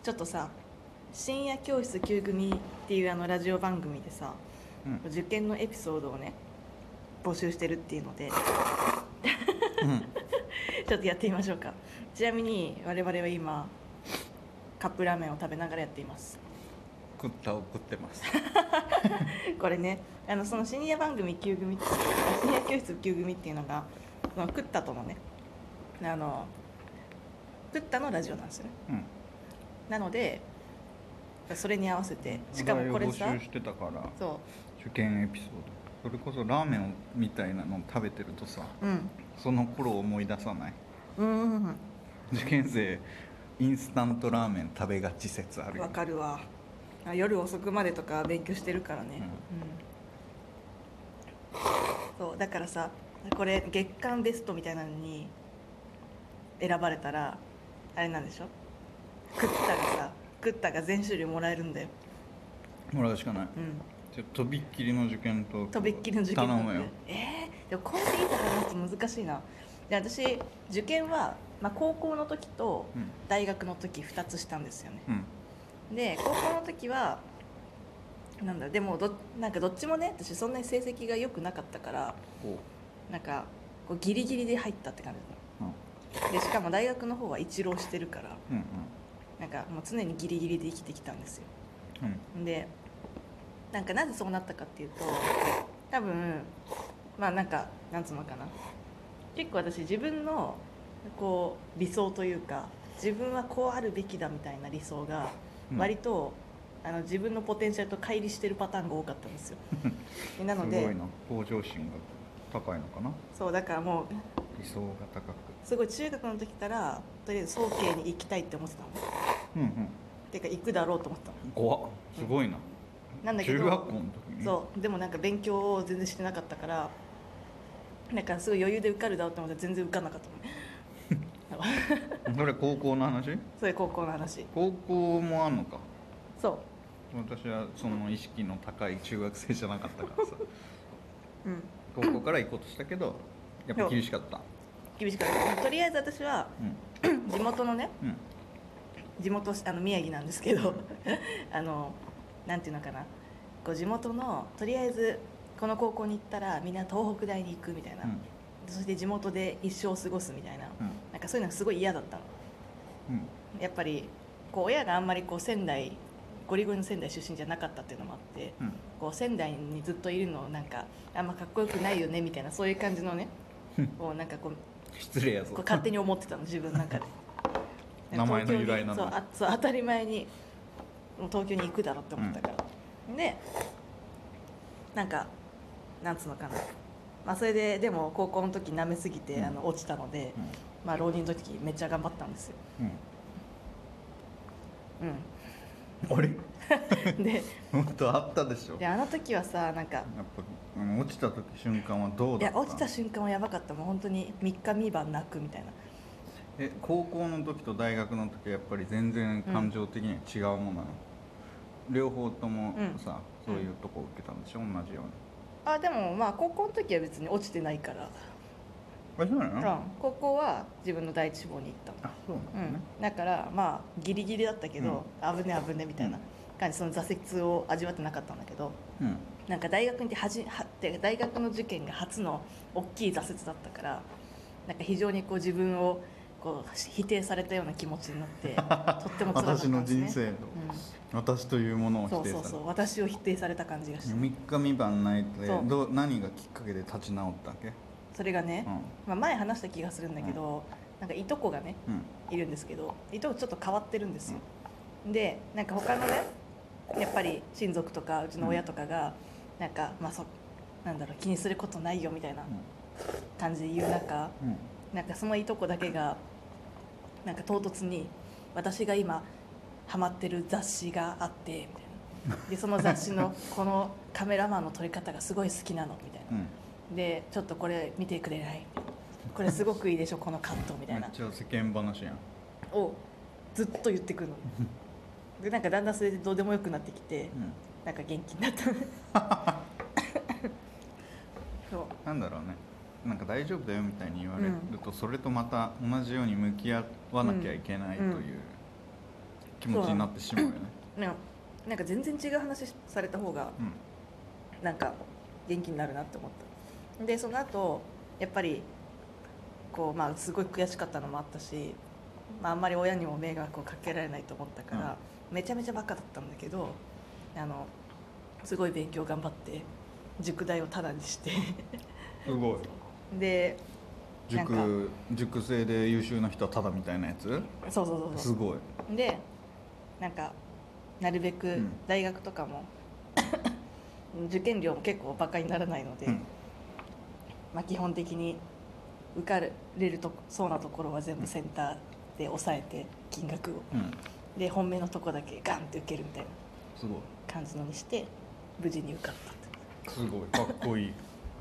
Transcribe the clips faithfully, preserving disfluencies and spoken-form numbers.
ちょっとさ深夜教室きゅう組っていうあのラジオ番組でさ、うん、受験のエピソードをね募集してるっていうので、うん、ちょっとやってみましょうか。ちなみに我々は今カップラーメンを食べながらやっています。 食ったを食ってますこれね、あのその深夜番組きゅう組深夜教室きゅう組っていうのがその食ったとのねあの食ったのラジオなんですよね、うん、なのでそれに合わせて、しかもこれさ募集してたから、そう受験エピソード、それこそラーメンみたいなのを食べてるとさ、うん、その頃を思い出さない？うんうんうん、受験生インスタントラーメン食べがち説あるよ。 わかるわ。夜遅くまでとか勉強してるからね、うんうん、そうだからさ、これ月間ベストみたいなのに選ばれたらあれなんでしょ、食ったがさ食ったが全種類もらえるんだよ。 もらうしかない、うん、じゃとびっきりの受験ととびっきりの受験頼むよ。 えー、でもこれでいいと話すと難しいな。で私受験は、まあ、高校の時と大学の時ふたつしたんですよね、うんで高校の時はなんだでもどなんかどっちもね、私そんなに成績が良くなかったからなんかこうギリギリで入ったって感じだった、うん、でしかも大学の方は一浪してるから、うんうん、なんかもう常にギリギリで生きてきたんですよ、うん、でなんかなぜそうなったかっていうと、多分まあなんかなんつうのかな、結構私自分のこう理想というか自分はこうあるべきだみたいな理想が割と、うん、あの自分のポテンシャルと乖離してるパターンが多かったんですよなのですごいな、向上心が高いのかな。 そうだからもう理想が高くすごい中学の時からとりあえず早慶に行きたいって思ってたの、うんうん、てか行くだろうと思ってたの。 怖っ、すごいな、 うん、なんだけど中学校の時にそうでもなんか勉強を全然してなかったからなんかすごい余裕で受かるだろうと思って全然受かんなかったのそれ高校の話？ それ高校の話。 高校もあんのか。 そう私はその意識の高い中学生じゃなかったからさ、うん、高校から行こうとしたけどやっぱ厳しかった。 厳しかったとりあえず私は、うん、地元のね、うん、地元あの宮城なんですけどあのなんていうのかな、こう地元のとりあえずこの高校に行ったらみんな東北大に行くみたいな、うん、そして地元で一生過ごすみたいな、うん、なんかそういうのがすごい嫌だったの、うん、やっぱりこう親があんまりこう仙台ゴリゴリの仙台出身じゃなかったっていうのもあって、うん、こう仙台にずっといるのなんかあんまかっこよくないよねみたいな、そういう感じのねこうなんかこう失礼やぞこう勝手に思ってたの自分の中で名前の由来なの。 そうあそう当たり前に東京に行くだろうって思ったから、うん、でなんかなんつうのかな、まあ、それででも高校の時舐めすぎて、うん、あの落ちたので、うんまあ、浪人の時めっちゃ頑張ったんですよ、うん、うんあれで本当あったでしょ。 であの時はさなんかやっぱ落ちた時瞬間はどうだった？ いや落ちた瞬間はやばかった。もう本当にみっかみばん泣くみたいな。 え高校の時と大学の時はやっぱり全然感情的には違うものなの、うん、両方ともさ、うん、そういうとこ受けたんでしょ、うん、同じように。 あでもまあ高校の時は別に落ちてないから。 あそうなの？うん、 高校は自分の第一志望に行ったの。 あそうなんだね、 うん、だからまあギリギリだったけど、うん、危ね危ねみたいな感じ、その挫折を味わってなかったんだけど、うん、なんか大学にはじはって大学の受験が初の大きい挫折だったから、なんか非常にこう自分をこう否定されたような気持ちになってとっても辛かったんですね。 私の人生の、うん、私というものを否定された。 そうそうそう、私を否定された感じがして、 みっかみばん泣いてどう何がきっかけで立ち直ったっけ？ それがね、うんまあ、前話した気がするんだけど、うん、なんかいとこがね、うん、いるんですけど、いとこちょっと変わってるんですよ、うん、でなんか他のねやっぱり親族とかうちの親とかが、うん、なんかまあそなんだろう気にすることないよみたいな感じで言う中、うん、なんかそのいとこだけがなんか唐突に私が今ハマってる雑誌があってみたいな、でその雑誌のこのカメラマンの撮り方がすごい好きなのみたいな、うんでちょっとこれ見てくれない、これすごくいいでしょこのカットみたいな、 めっちゃ世間話やんをずっと言ってくるのでなんかだんだんそれでどうでもよくなってきて、うん、なんか元気になったそうなんだろうね、なんか大丈夫だよみたいに言われると、うん、それとまた同じように向き合わなきゃいけないという気持ちになってしまうよね。 ね、なんか全然違う話された方がなんか元気になるなって思った。でその後やっぱりこう、まあ、すごい悔しかったのもあったし、まあ、あんまり親にも迷惑をかけられないと思ったから、うん、めちゃめちゃバカだったんだけど、あのすごい勉強頑張って塾代をタダにしてすごい。 で塾塾生で優秀な人はタダみたいなやつ。 そうそうそうそう、 すごい。 でなんかなるべく大学とかも、うん、受験料も結構バカにならないので、うん、まあ、基本的に受かれるとそうなところは全部センターで抑えて金額を、うん、で本命のとこだけガンって受けるみたいなすごい感じのにして無事に受かったって。 すごいかっこいい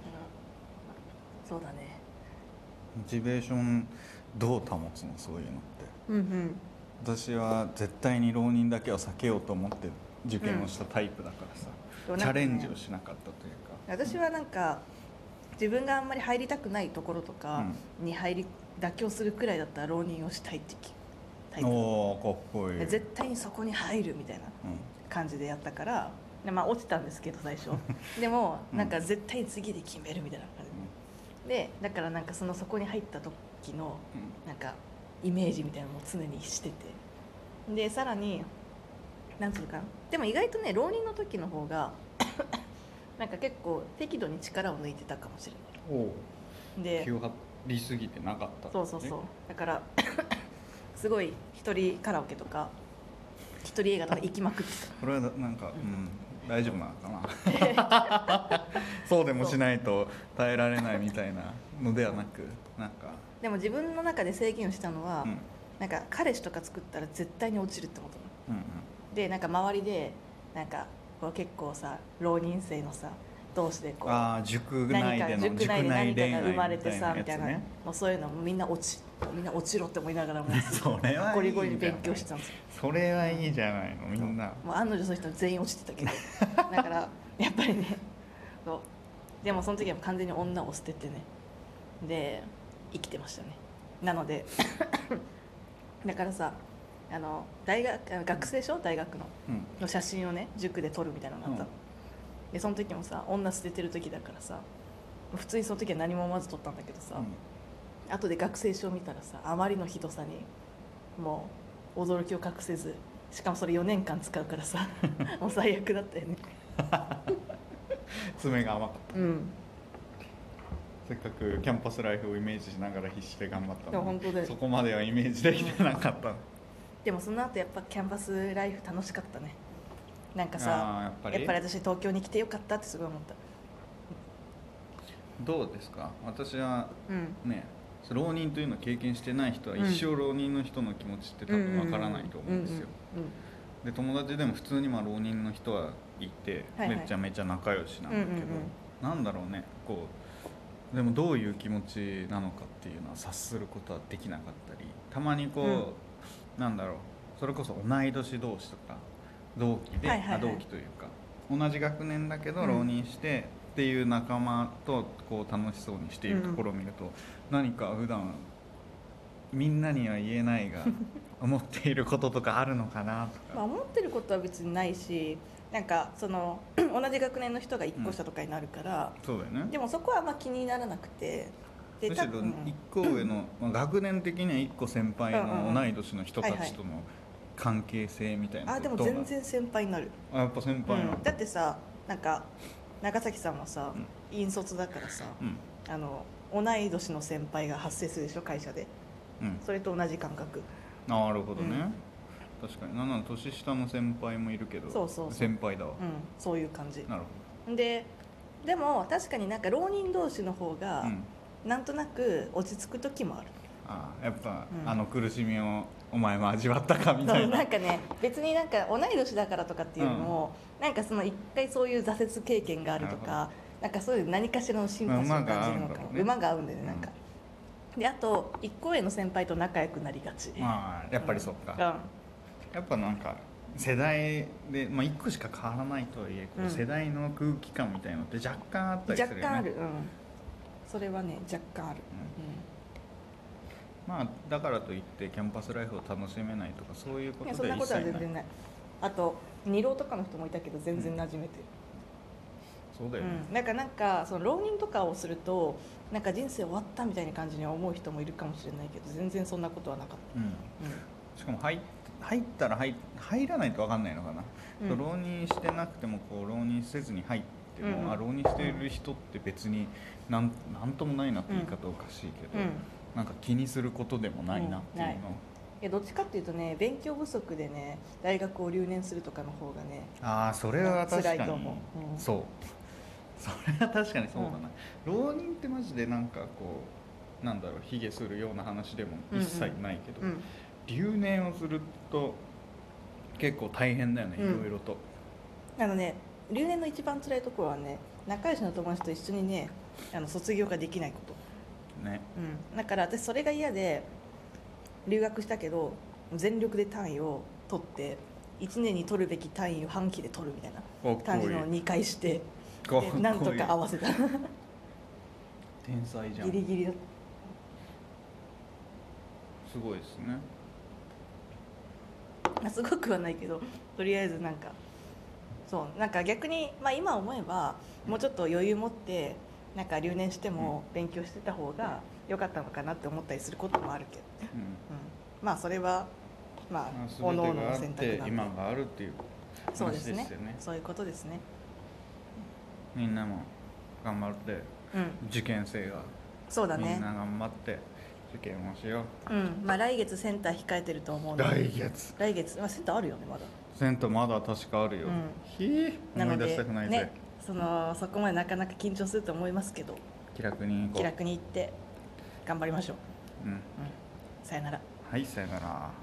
そうだね。 モチベーションどう保つのそういうのって、うんうん、私は絶対に浪人だけは避けようと思って受験をしたタイプだからさ、うん、チャレンジをしなかったというか。私はなんか自分があんまり入りたくないところとかに入り妥協するくらいだったら浪人をしたいってタイプ。 おーかっこいい。 絶対にそこに入るみたいな感じでやったから、で、まあ、落ちたんですけど最初でもなんか絶対次で決めるみたいな感じで、だからなんかそのそこに入った時のなんかイメージみたいなのも常にしてて、でさらになんていうかな、でも意外とね浪人の時の方がなんか結構適度に力を抜いてたかもしれない。 おで気を張りすぎてなかった、ね、 そうそうそう。だからすごい一人カラオケとか一人映画とか行きまくってた。 これはなんか、うん、大丈夫なのかなそうでもしないと耐えられないみたいなのではなく、なんかでも自分の中で制限をしたのは、うん、なんか彼氏とか作ったら絶対に落ちるって思ったの、うんうん、でなんか周りでなんかこう結構さ浪人生のさ同士でこうあ塾内での塾内で何かが生まれてさみたいな、もうそういうのもみんな落ちみんな落ちろって思いながらもそれはいいゴリゴリに勉強してたんですよ。 それはいいじゃないのみんな。 もう案の定そういう人全員落ちてたけどだからやっぱりねそうでもその時は完全に女を捨ててねで生きてましたね。なのでだからさあの大学学生証大学の,、うん、の写真をね塾で撮るみたいなのがあったの、うん、でその時もさ女捨ててる時だからさ普通にその時は何もまず撮ったんだけどさ、うん、後で学生証見たらさあまりのひどさにもう驚きを隠せず、しかもそれよねんかん使うからさもう最悪だったよね爪が甘かった、うん、せっかくキャンパスライフをイメージしながら必死で頑張ったのにそこまではイメージできてなかった、うん、 でもその後やっぱキャンパスライフ楽しかったね。なんかさやっぱりやっぱり私東京に来てよかったってすごい思った。 どうですか。私はね、うん、浪人というのを経験してない人は一生浪人の人の気持ちって多分わからないと思うんですよ。で友達でも普通にまあ浪人の人はいて、はいはい、めちゃめちゃ仲良しなんだけど、うんうんうん、なんだろうねこうでもどういう気持ちなのかっていうのは察することはできなかったり、たまにこう、うん、なんだろうそれこそ同い年同士とか同期で、はいはいはい、あ同期というか同じ学年だけど浪人してっていう仲間とこう楽しそうにしているところを見ると、うん、何か普段みんなには言えないが思っていることとかあるのかなとか、 まあ、思ってることは別にないし、なんかその同じ学年の人がいっこ下とかになるから、 うん、そうだよね。 でもそこはあんま気にならなくて、 でむしろいっこ上の、まあ、学年的にはいっこ先輩の同い年の人たちとの関係性みたいな、 あでも全然先輩になる。 あやっぱ先輩なの、 うん、だってさなんか長崎さんはさ、うん、引率だからさ、うん、あの同い年の先輩が発生するでしょ会社で、うん、それと同じ感覚。 なるほどね、うん、確かになんなら年下の先輩もいるけどそうそうそう先輩だわ、 うん、そういう感じ。 なるほど。ででも確かになんか浪人同士の方が、うん、なんとなく落ち着く時もある。 ああやっぱ、うん、あの苦しみをお前も味わったかみたいな。 なんかね別になんか同い年だからとかっていうのも、うん、なんかその一回そういう挫折経験があるとか、なんかそういう何かしらのシンパシーを感じるのかな、馬が合うんだよね、なんか、うん、であと一個上の先輩と仲良くなりがち。 まあやっぱりそっか、うん、やっぱなんか世代で、まあ、いっこしか変わらないとはいえ、こう世代の空気感みたいなのって若干あったりするよね。 若干ある、うん、それはね若干ある、うんまあだからといってキャンパスライフを楽しめないとかそういうことでは一切ない。 いやそんなことは全然ない。あと二浪とかの人もいたけど全然馴染めてる、 うん、そうだよね、 うん、なんかなんかその浪人とかをするとなんか人生終わったみたいな感じに思う人もいるかもしれないけど全然そんなことはなかった、 うんうん、しかも入入ったら 入, 入らないと分かんないのかな、うん、浪人してなくてもこう浪人せずに入っても、うん、あ浪人している人って別になん、なんともないなって言い方おかしいけど、うん、なんか気にすることでもないなっていうの、うん、いやどっちかっていうとね勉強不足でね大学を留年するとかの方がねああそれは確かに辛いと思う、 うん、そうそれは確かにそうだな、うん、浪人ってマジでなんかこうなんだろう卑下するような話でも一切ないけど、うんうん、留年をすると結構大変だよね、うん、いろいろと。 あのね留年の一番辛いところはね仲良しの友達と一緒にねあの卒業ができないことね、 うん、だから私それが嫌で留学したけど全力で単位を取っていちねんに取るべき単位を半期で取るみたいな感じのをにかいしてでなんとか合わせた天才じゃん。 ギリギリだすごいですね。 すごくはないけどとりあえずなんかそうなんか逆に、まあ、今思えばもうちょっと余裕持ってなんか留年しても勉強してた方が良かったのかなって思ったりすることもあるけど、うんうん、まあそれはまあ各々の選択なんで今があるっていう話ですよね。 そうですね。そういうことですね。 みんなも頑張って、うん、受験生がそうだね。 みんな頑張って受験をしよう。うん。まあ来月センター控えてると思うので。 来月。 来月。まあセンターあるよねまだ。 センターまだ確かあるよ。うん、ひー思い出したくないぜ。 ね、そのそこまでなかなか緊張すると思いますけど。 気楽に行こう。 気楽に行って頑張りましょう。うん。うん、さよなら。 はいさよなら。